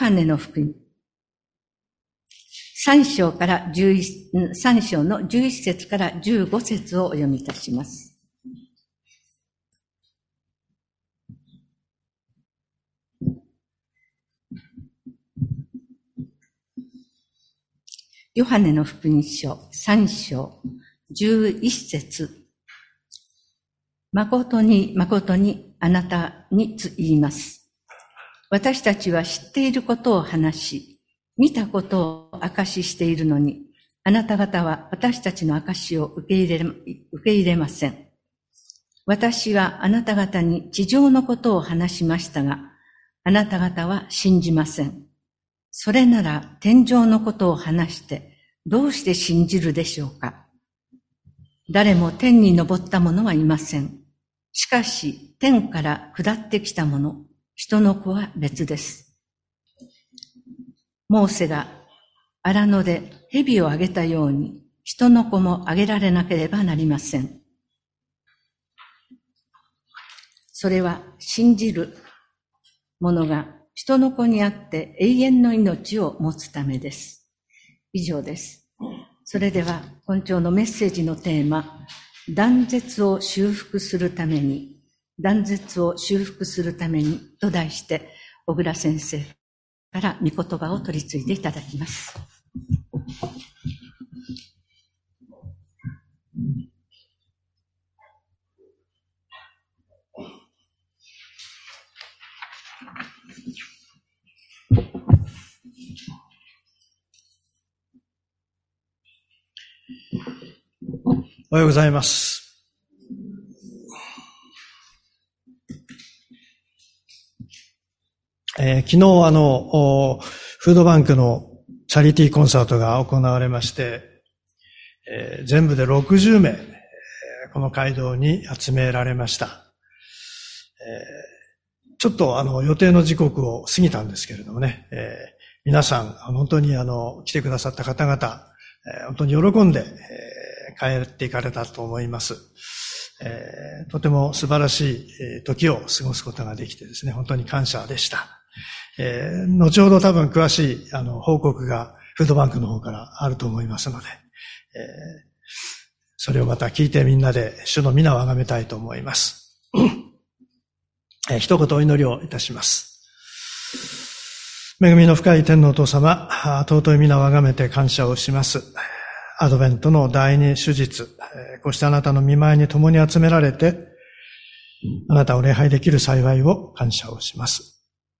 ハネの福音3章の11節から15節をお読みいたします。ヨハネの福音書3章11節。誠に誠にあなたに言います。私たちは知っていることを話し、見たことを証ししているのに、あなた方は私たちの証しを受け入れません。私はあなた方に地上のことを話しましたが、あなた方は信じません。それなら天上のことを話して、どうして信じるでしょうか。誰も天に昇った者はいません。しかし、天から下ってきた者、人の子は別です。モーセが荒野で蛇をあげたように、人の子もあげられなければなりません。それは信じる者が人の子にあって永遠の命を持つためです。以上です。それでは今朝のメッセージのテーマ、断絶を修復するためにと題して、小倉先生から御言葉を取り次いでいただきます。 おはようございます。昨日フードバンクのチャリティーコンサートが行われまして、全部で60名、この会場に集められました。ちょっと予定の時刻を過ぎたんですけれどもね、皆さん本当に来てくださった方々、本当に喜んで、帰っていかれたと思います。とても素晴らしい時を過ごすことができてですね、本当に感謝でした。後ほど多分詳しい報告がフードバンクの方からあると思いますので、それをまた聞いてみんなで主の皆をあがめたいと思います。一言お祈りをいたします。恵みの深い天のお父様、尊い皆をあがめて感謝をします。アドベントの第二手術、こうしてあなたの御前に共に集められて、あなたを礼拝できる幸いを感謝をします。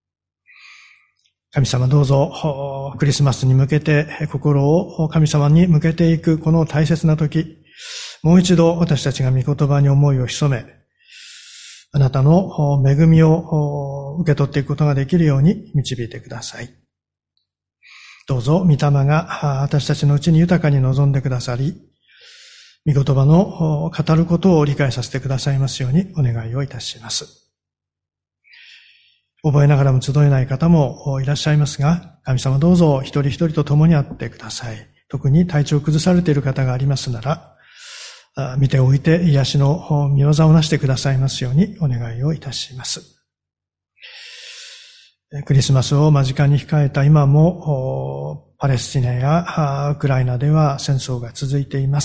神様どうぞ、クリスマスに向けて心を神様に向けていくこの大切な時、もう一度私たちが御言葉に思いを潜め、あなたの恵みを受け取っていくことができるように導いてください。どうぞ、御霊が私たちのうちに豊かに望んでくださり、御言葉の語ることを理解させてくださいますようにお願いをいたします。覚えながらも集えない方もいらっしゃいますが、神様どうぞ一人一人と共にあってください。特に体調を崩されている方がありますなら、見ておいて癒しの御業をなしてくださいますようにお願いをいたします。クリスマスを間近に控えた今も、パレスチナやウクライナでは戦争が続いています。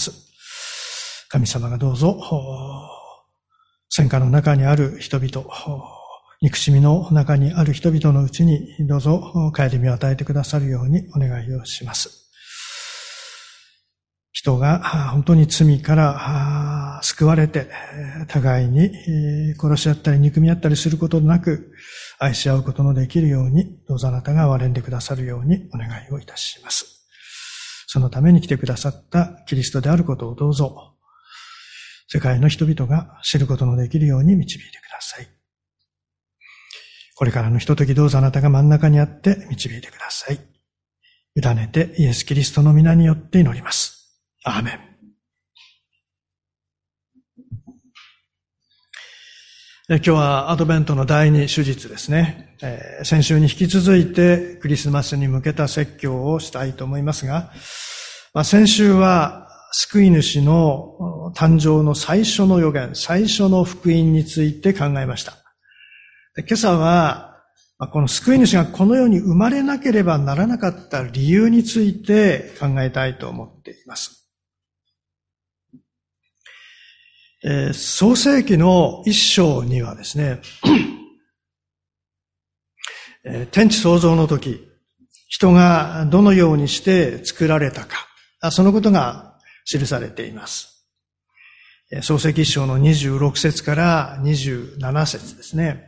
神様がどうぞ、戦火の中にある人々、憎しみの中にある人々のうちにどうぞ帰り身を与えてくださるようにお願いをします。人が本当に罪から救われて、互いに殺し合ったり憎み合ったりすることなく、愛し合うことのできるように、どうぞあなたが憐れんでくださるようにお願いをいたします。そのために来てくださったキリストであることをどうぞ、世界の人々が知ることのできるように導いてください。これからのひとときどうぞあなたが真ん中にあって導いてください。委ねてイエス・キリストの皆によって祈ります。アーメン。今日はアドベントの第二手術ですね。先週に引き続いてクリスマスに向けた説教をしたいと思いますが、先週は救い主の誕生の最初の予言、最初の福音について考えました。今朝はこの救い主がこの世に生まれなければならなかった理由について考えたいと思っています。創世記の一章にはですね、天地創造の時、人がどのようにして作られたか、そのことが記されています。創世記一章の26節から27節ですね。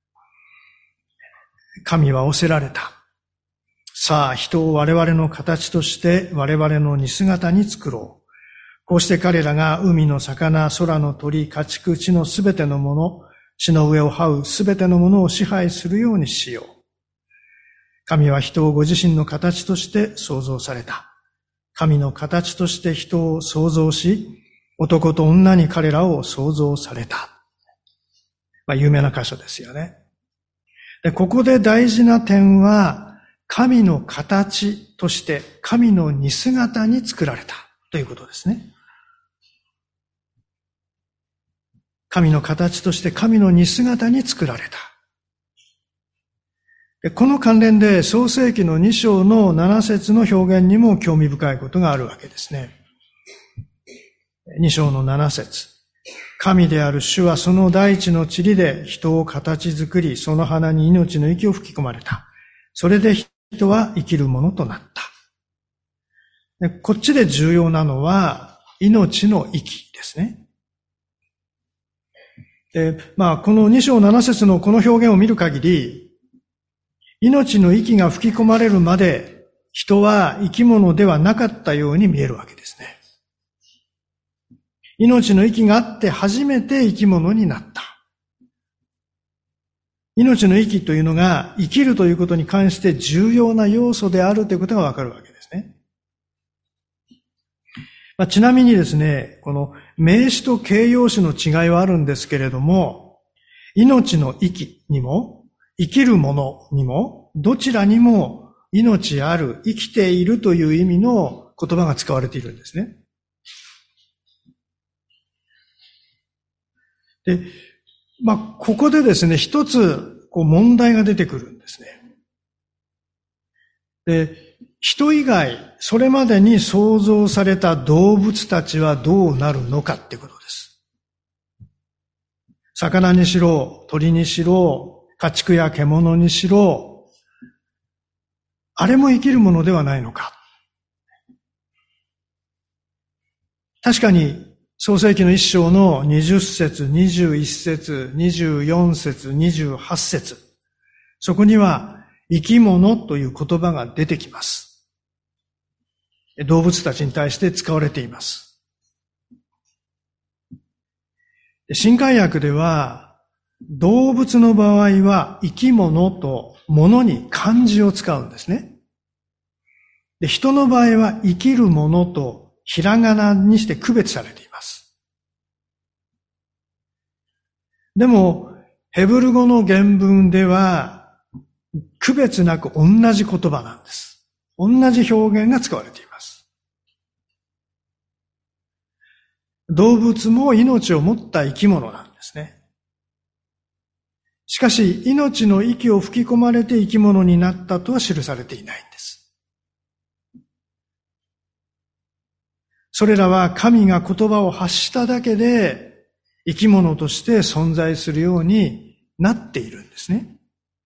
神は仰せられた。さあ、人を我々の形として我々の似姿に作ろう。こうして彼らが海の魚、空の鳥、家畜、地のすべてのもの、地の上を這うすべてのものを支配するようにしよう。神は人をご自身の形として創造された。神の形として人を創造し、男と女に彼らを創造された。有名な箇所ですよね。で、ここで大事な点は、神の形として神の似姿に作られたということですね。神の形として神の似姿に作られた。この関連で創世記の2章の7節の表現にも興味深いことがあるわけですね。2章の7節。神である主はその大地の塵で人を形作り、その花に命の息を吹き込まれた。それで人は生きるものとなった。こっちで重要なのは命の息ですね。で、この2章7節のこの表現を見る限り、命の息が吹き込まれるまで人は生き物ではなかったように見えるわけですね。命の息があって初めて生き物になった。命の息というのが生きるということに関して重要な要素であるということがわかるわけですね。ちなみにですね、この名詞と形容詞の違いはあるんですけれども、命の息にも生きるものにもどちらにも命ある、生きているという意味の言葉が使われているんですね。で、ここでですね、一つ問題が出てくるんですね。で、人以外、それまでに創造された動物たちはどうなるのかってことです。魚にしろ、鳥にしろ、家畜や獣にしろ、あれも生きるものではないのか。確かに、創世記の1章の20節、21節、24節、28節。そこには生き物という言葉が出てきます。動物たちに対して使われています。新海訳では動物の場合は生き物と物に漢字を使うんですね。で、人の場合は生きるものとひらがなにして区別されています。でも、ヘブル語の原文では、区別なく同じ言葉なんです。同じ表現が使われています。動物も命を持った生き物なんですね。しかし、命の息を吹き込まれて生き物になったとは記されていないんです。それらは神が言葉を発しただけで生き物として存在するようになっているんですね。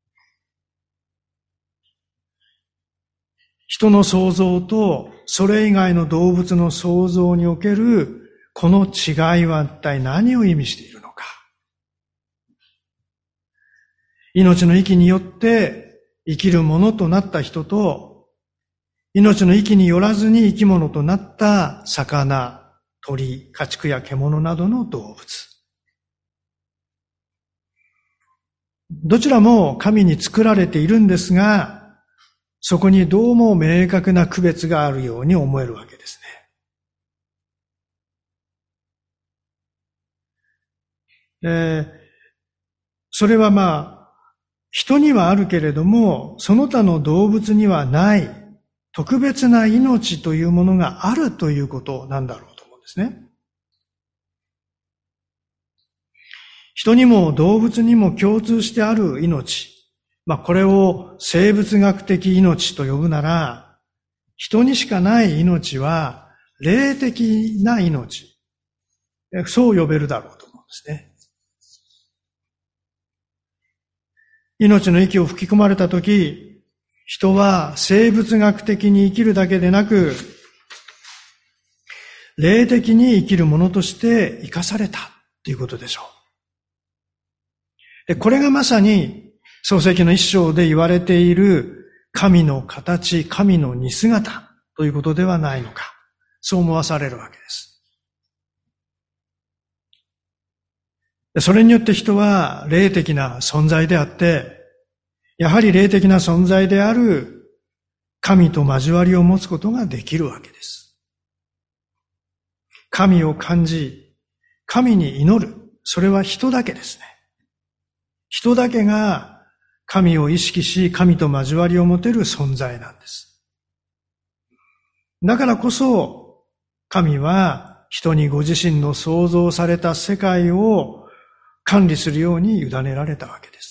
人の創造とそれ以外の動物の創造におけるこの違いは一体何を意味しているのか。命の息によって生きるものとなった人と、命の息によらずに生き物となった魚、鳥、家畜や獣などの動物。どちらも神に作られているんですが、そこにどうも明確な区別があるように思えるわけですね。それは人にはあるけれども、その他の動物にはない特別な命というものがあるということなんだろうと思うんですね。人にも動物にも共通してある命。 これを生物学的命と呼ぶなら、人にしかない命は霊的な命。そう呼べるだろうと思うんですね。命の息を吹き込まれたとき、人は生物学的に生きるだけでなく、霊的に生きるものとして生かされたということでしょう。これがまさに創世記の一章で言われている神の形、神の似姿ということではないのか。そう思わされるわけです。それによって人は霊的な存在であって、やはり霊的な存在である神と交わりを持つことができるわけです。神を感じ、神に祈る。それは人だけですね。人だけが神を意識し、神と交わりを持てる存在なんです。だからこそ、神は人にご自身の創造された世界を管理するように委ねられたわけです。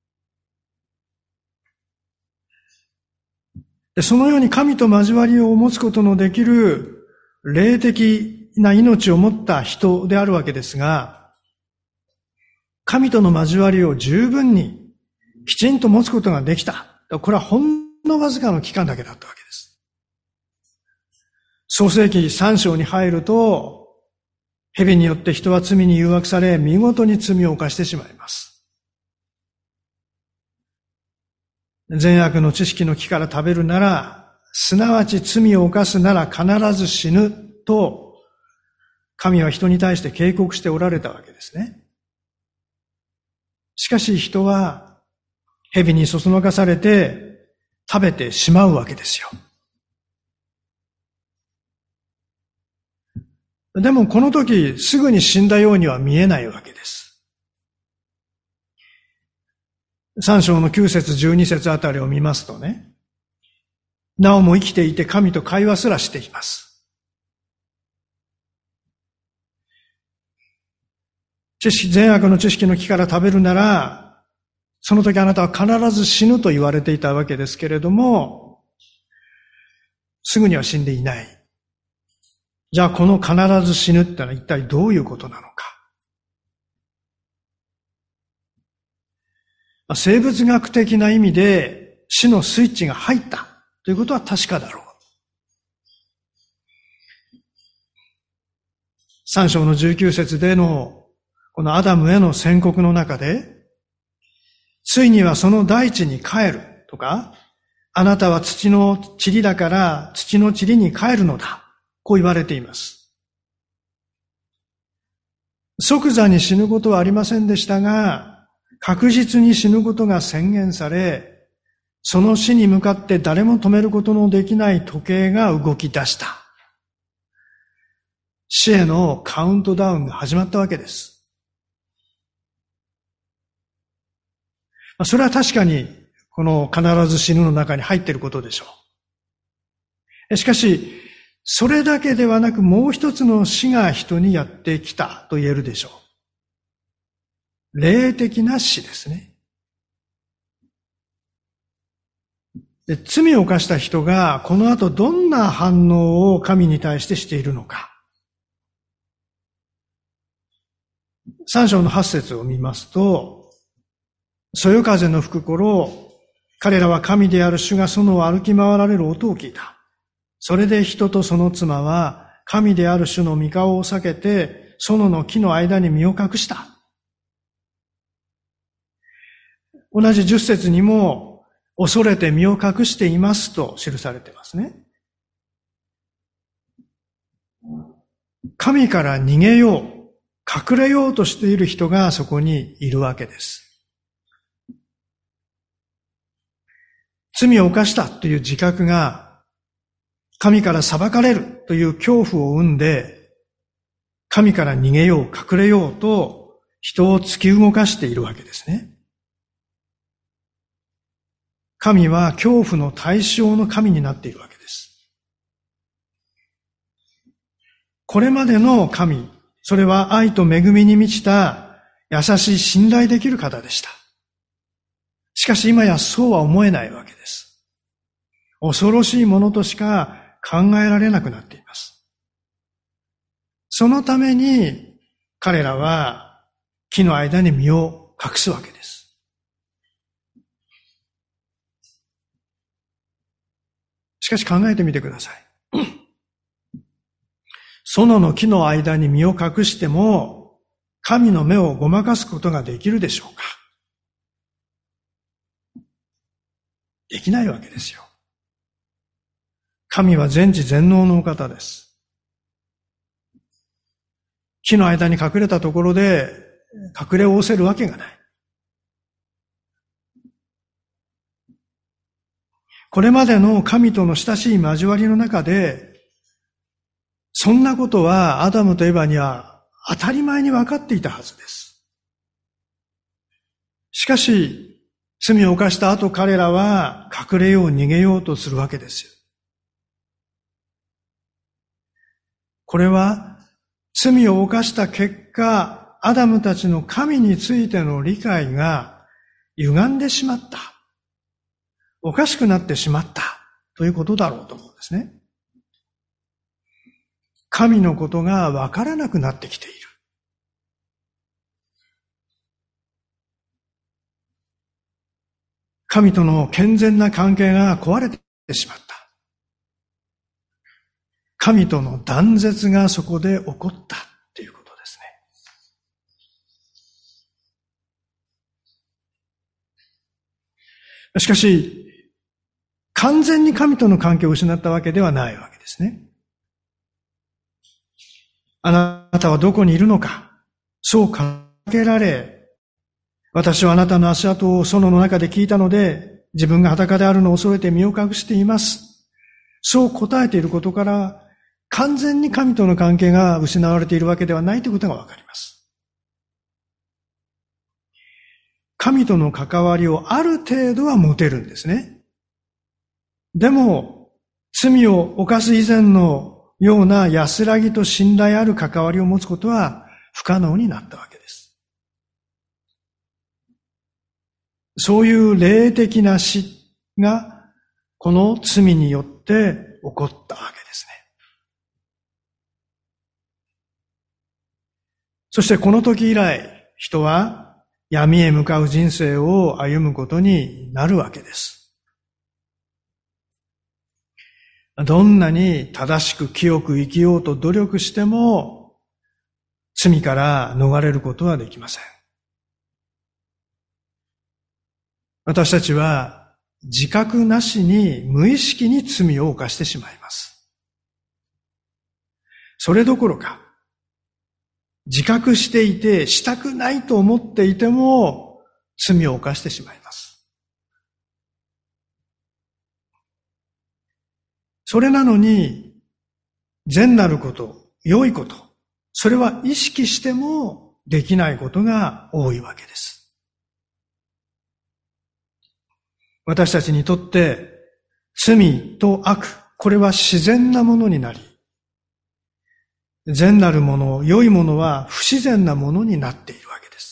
そのように神と交わりを持つことのできる霊的な命を持った人であるわけですが、神との交わりを十分にきちんと持つことができた。これはほんのわずかの期間だけだったわけです。創世記3章に入ると、蛇によって人は罪に誘惑され、見事に罪を犯してしまいます。善悪の知識の木から食べるなら、すなわち罪を犯すなら必ず死ぬと、神は人に対して警告しておられたわけですね。しかし人は蛇にそそのかされて食べてしまうわけですよ。でもこの時すぐに死んだようには見えないわけです。3章の9節12節あたりを見ますとね、なおも生きていて神と会話すらしています。善悪の知識の木から食べるなら、その時あなたは必ず死ぬと言われていたわけですけれども、すぐには死んでいない。じゃあこの必ず死ぬってのは一体どういうことなのか。生物学的な意味で死のスイッチが入ったということは確かだろう。3章の19節でのこのアダムへの宣告の中で、ついにはその大地に帰るとか、あなたは土の塵だから土の塵に帰るのだ。こう言われています。即座に死ぬことはありませんでしたが、確実に死ぬことが宣言され、その死に向かって誰も止めることのできない時計が動き出した。死へのカウントダウンが始まったわけです。それは確かにこの必ず死ぬの中に入っていることでしょう。しかし、それだけではなくもう一つの死が人にやってきたと言えるでしょう。霊的な死ですね。で、罪を犯した人がこの後どんな反応を神に対してしているのか。3章の8節を見ますと、そよ風の吹く頃、彼らは神である主が園を歩き回られる音を聞いた。それで人とその妻は神である主の御顔を避けて園の木の間に身を隠した。同じ10節にも恐れて身を隠していますと記されていますね。神から逃げよう、隠れようとしている人がそこにいるわけです。罪を犯したという自覚が神から裁かれるという恐怖を生んで、神から逃げよう、隠れようと人を突き動かしているわけですね。神は恐怖の対象の神になっているわけです。これまでの神、それは愛と恵みに満ちた優しい信頼できる方でした。ししかし今やそうは思えないわけです。恐ろしいものとしか考えられなくなっています。そのために彼らは木の間に身を隠すわけです。しかし考えてみてください。園の木の間に身を隠しても、神の目をごまかすことができるでしょうか？できないわけですよ。神は全知全能のお方です。木の間に隠れたところで隠れおおせるわけがない。これまでの神との親しい交わりの中で、そんなことはアダムとエバには当たり前に分かっていたはずです。しかし、罪を犯した後彼らは隠れよう逃げようとするわけですよ。これは罪を犯した結果、アダムたちの神についての理解が歪んでしまった。おかしくなってしまったということだろうと思うんですね。神のことがわからなくなってきている。神との健全な関係が壊れてしまった。神との断絶がそこで起こったということですね。しかし、完全に神との関係を失ったわけではないわけですね。あなたはどこにいるのか、そうかけられ、私はあなたの足跡を園の中で聞いたので、自分が裸であるのを恐れて身を隠しています。そう答えていることから、完全に神との関係が失われているわけではないということがわかります。神との関わりをある程度は持てるんですね。でも、罪を犯す以前のような安らぎと信頼ある関わりを持つことは不可能になったわけです。そういう霊的な死がこの罪によって起こったわけですね。そしてこの時以来、人は闇へ向かう人生を歩むことになるわけです。どんなに正しく清く生きようと努力しても、罪から逃れることはできません。私たちは自覚なしに無意識に罪を犯してしまいます。それどころか、自覚していてしたくないと思っていても罪を犯してしまいます。それなのに、善なること、良いこと、それは意識してもできないことが多いわけです。私たちにとって罪と悪、これは自然なものになり、善なるもの、良いものは不自然なものになっているわけです。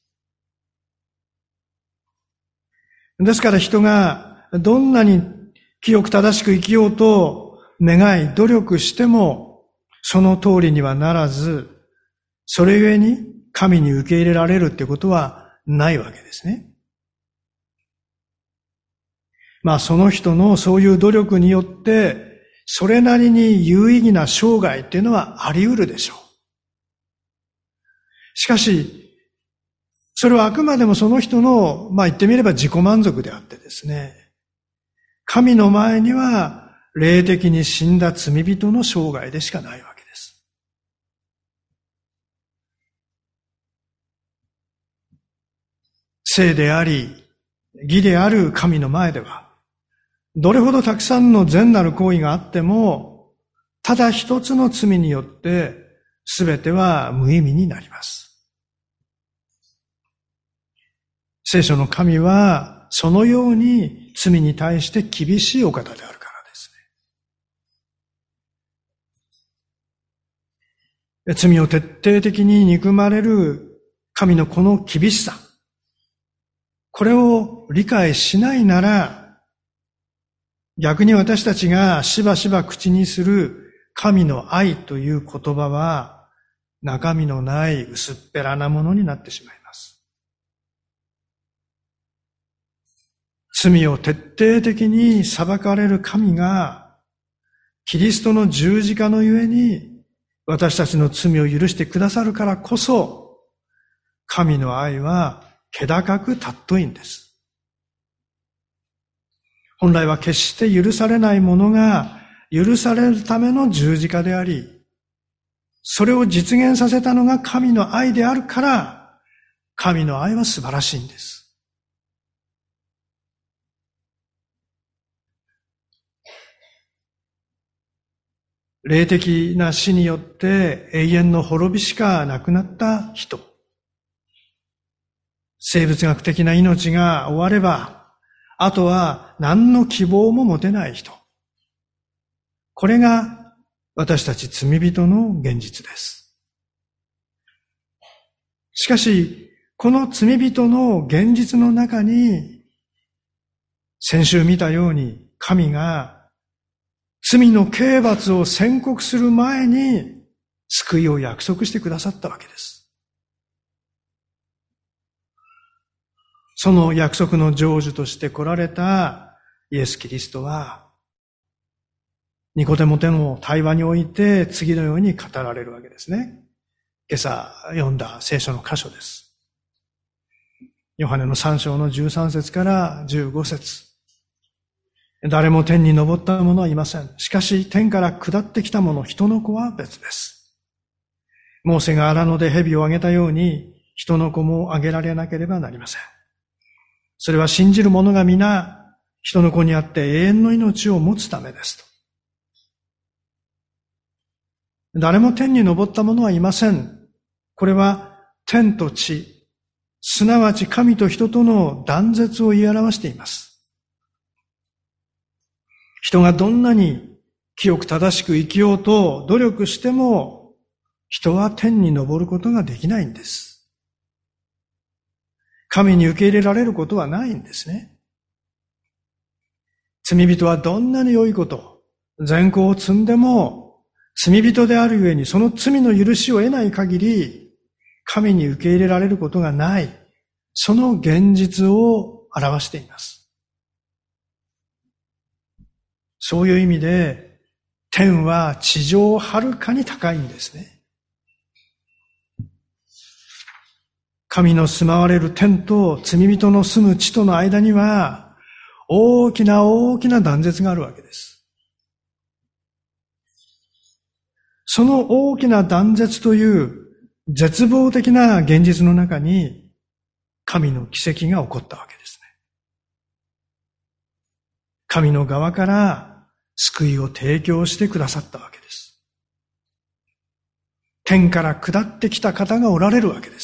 ですから人がどんなに清く正しく生きようと願い、努力しても、その通りにはならず、それゆえに神に受け入れられるってことはないわけですね。その人のそういう努力によって、それなりに有意義な生涯っていうのはあり得るでしょう。しかし、それはあくまでもその人の、言ってみれば自己満足であってですね、神の前には霊的に死んだ罪人の生涯でしかないわけです。聖であり、義である神の前では、どれほどたくさんの善なる行為があっても、ただ一つの罪によって全ては無意味になります。聖書の神はそのように罪に対して厳しいお方であるからですね。罪を徹底的に憎まれる神のこの厳しさ。 これを理解しないなら、逆に私たちがしばしば口にする神の愛という言葉は、中身のない薄っぺらなものになってしまいます。罪を徹底的に裁かれる神が、キリストの十字架のゆえに、私たちの罪を許してくださるからこそ、神の愛は気高く尊いんです。本来は決して許されないものが許されるための十字架であり、それを実現させたのが神の愛であるから、神の愛は素晴らしいんです。霊的な死によって永遠の滅びしかなくなった人。生物学的な命が終われば、あとは何の希望も持てない人。これが私たち罪人の現実です。しかし、この罪人の現実の中に、先週見たように神が罪の刑罰を宣告する前に救いを約束してくださったわけです。その約束の成就として来られたイエス・キリストは、ニコデモとの対話において次のように語られるわけですね。今朝読んだ聖書の箇所です。ヨハネの3章の13節から15節。誰も天に昇った者はいません。しかし天から下ってきた者、人の子は別です。モーセが荒野で蛇をあげたように、人の子もあげられなければなりません。それは信じる者が皆、人の子にあって永遠の命を持つためですと。誰も天に昇った者はいません。これは天と地、すなわち神と人との断絶を言い表しています。人がどんなに清く正しく生きようと努力しても、人は天に昇ることができないんです。神に受け入れられることはないんですね。罪人はどんなに良いこと、善行を積んでも、罪人であるゆえにその罪の許しを得ない限り、神に受け入れられることがない、その現実を表しています。そういう意味で、天は地上をはるかに高いんですね。神の住まわれる天と罪人の住む地との間には、大きな大きな断絶があるわけです。その大きな断絶という絶望的な現実の中に、神の奇跡が起こったわけですね。神の側から救いを提供してくださったわけです。天から下ってきた方がおられるわけです。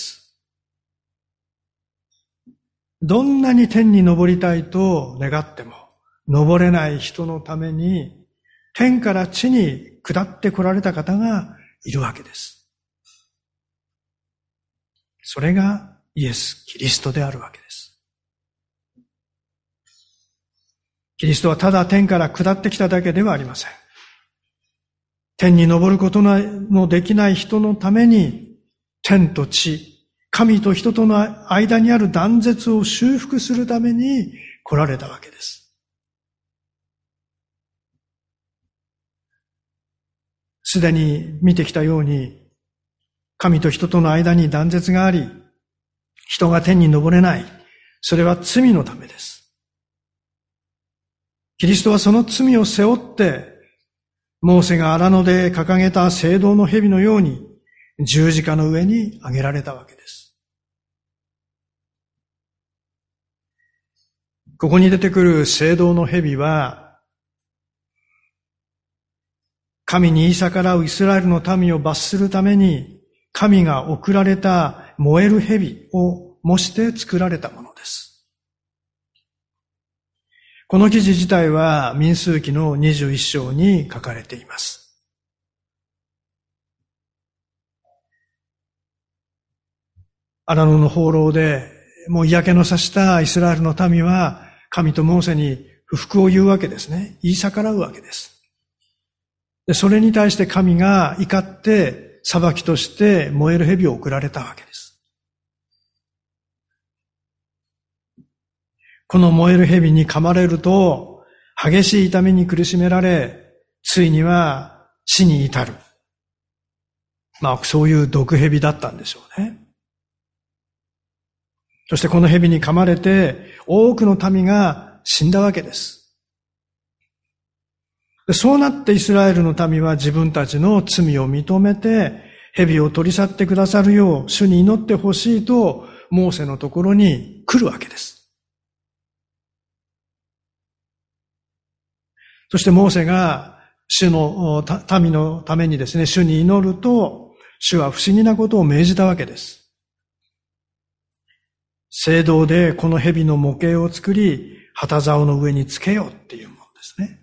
どんなに天に昇りたいと願っても、昇れない人のために、天から地に下って来られた方がいるわけです。それがイエス・キリストであるわけです。キリストはただ天から下ってきただけではありません。天に昇ることのできない人のために、天と地、神と人との間にある断絶を修復するために来られたわけです。すでに見てきたように、神と人との間に断絶があり、人が天に昇れない。それは罪のためです。キリストはその罪を背負って、モーセが荒野で掲げた聖堂の蛇のように十字架の上に上げられたわけです。ここに出てくる聖堂の蛇は、神に言い逆らうイスラエルの民を罰するために、神が送られた燃える蛇を模して作られたものです。この記事自体は民数記の21章に書かれています。荒野の放浪でもう嫌気のさしたイスラエルの民は神とモーセに不服を言うわけですね。言い逆らうわけです。で、それに対して神が怒って裁きとして燃える蛇を送られたわけです。この燃える蛇に噛まれると激しい痛みに苦しめられ、ついには死に至る。そういう毒蛇だったんでしょうね。そしてこの蛇に噛まれて多くの民が死んだわけです。そうなってイスラエルの民は自分たちの罪を認めて蛇を取り去ってくださるよう主に祈ってほしいとモーセのところに来るわけです。そしてモーセが主の民のためにですね、主に祈ると主は不思議なことを命じたわけです。聖堂でこの蛇の模型を作り、旗竿の上につけようっていうものですね。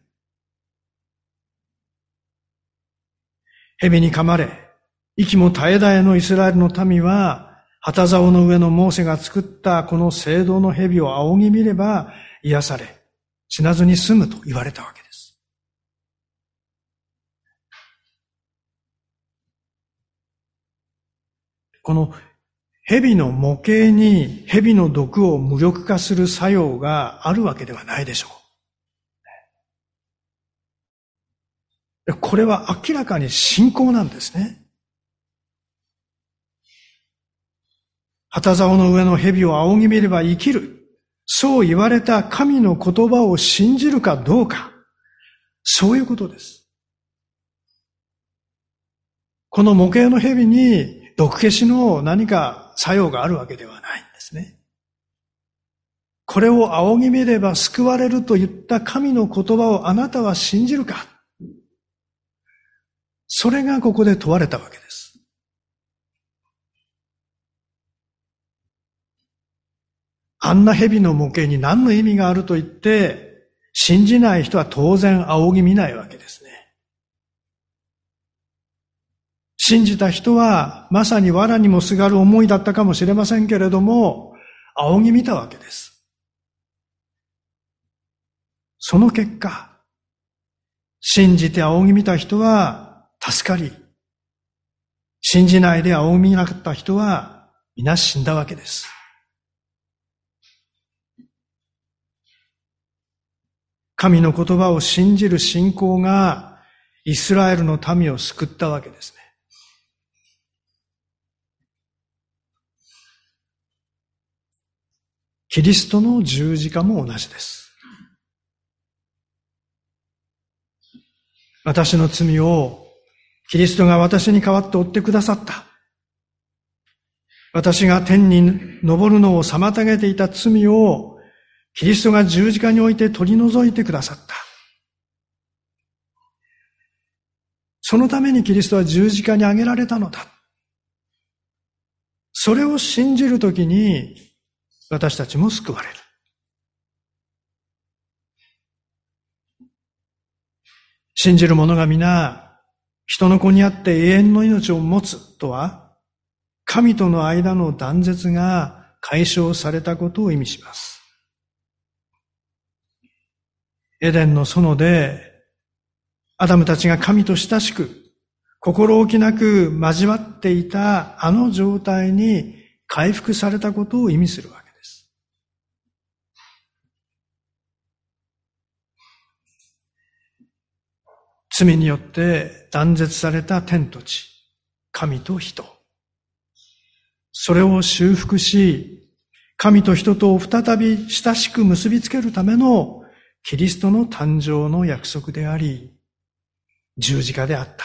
蛇に噛まれ、息も絶え絶えのイスラエルの民は、旗竿の上のモーセが作ったこの聖堂の蛇を仰ぎ見れば癒され、死なずに済むと言われたわけです。この蛇の模型に蛇の毒を無力化する作用があるわけではないでしょう。これは明らかに信仰なんですね。旗竿の上の蛇を仰ぎ見れば生きる。そう言われた神の言葉を信じるかどうか。そういうことです。この模型の蛇に毒消しの何か作用があるわけではないんですね。これを仰ぎ見れば救われると言った神の言葉をあなたは信じるか。それがここで問われたわけです。あんな蛇の模型に何の意味があると言って信じない人は当然仰ぎ見ないわけですね。信じた人はまさに藁にもすがる思いだったかもしれませんけれども、仰ぎ見たわけです。その結果、信じて仰ぎ見た人は助かり、信じないで仰ぎ見なかった人は皆死んだわけです。神の言葉を信じる信仰がイスラエルの民を救ったわけですね。キリストの十字架も同じです。私の罪をキリストが私に代わって負ってくださった。私が天に昇るのを妨げていた罪をキリストが十字架において取り除いてくださった。そのためにキリストは十字架に上げられたのだ。それを信じるときに私たちも救われる。信じる者が皆、人の子にあって永遠の命を持つとは、神との間の断絶が解消されたことを意味します。エデンの園で、アダムたちが神と親しく、心置きなく交わっていたあの状態に回復されたことを意味するわけです。罪によって断絶された天と地、神と人。それを修復し、神と人とを再び親しく結びつけるためのキリストの誕生の約束であり、十字架であった。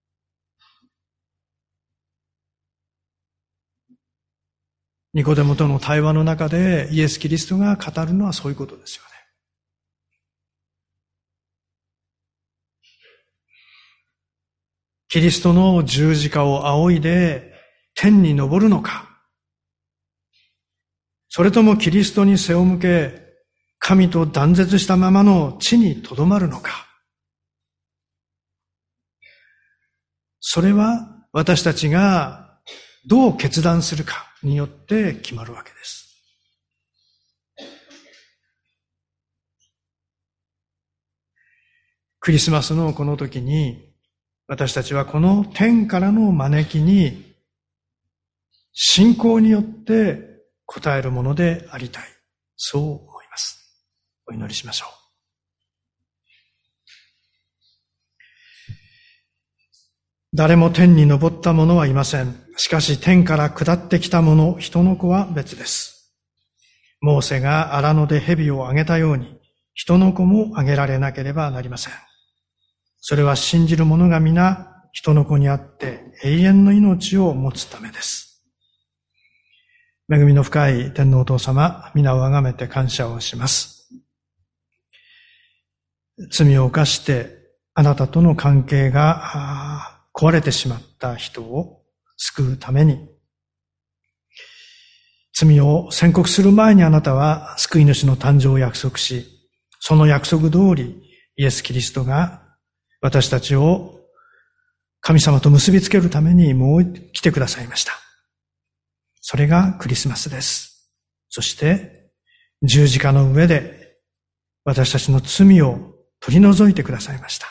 ニコデモとの対話の中でイエス・キリストが語るのはそういうことですよね。キリストの十字架を仰いで天に昇るのか、それともキリストに背を向け神と断絶したままの地にとどまるのか。それは私たちがどう決断するかによって決まるわけです。 クリスマスのこの時に、私たちはこの天からの招きに、信仰によって応えるものでありたい。そう思います。お祈りしましょう。誰も天に昇った者はいません。しかし天から下ってきた者、人の子は別です。モーセが荒野で蛇をあげたように、人の子もあげられなければなりません。それは信じる者が皆人の子にあって永遠の命を持つためです。恵みの深い天皇お父様、皆をあがめて感謝をします。罪を犯してあなたとの関係が壊れてしまった人を救うために、罪を宣告する前にあなたは救い主の誕生を約束し、その約束通りイエス・キリストが私たちを神様と結びつけるためにもう来てくださいました。それがクリスマスです。そして十字架の上で私たちの罪を取り除いてくださいました。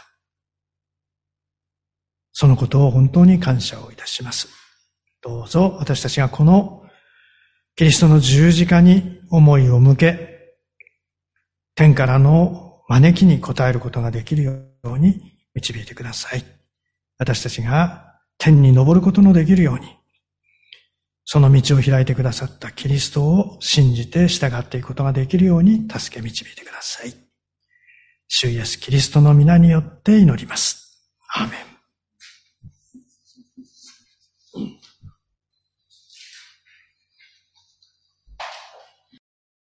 そのことを本当に感謝をいたします。どうぞ私たちがこのキリストの十字架に思いを向け、天からの招きに応えることができるように導いてください。私たちが天に昇ることのできるように、その道を開いてくださったキリストを信じて従っていくことができるように助け導いてください。主イエスキリストの皆によって祈ります。アーメン。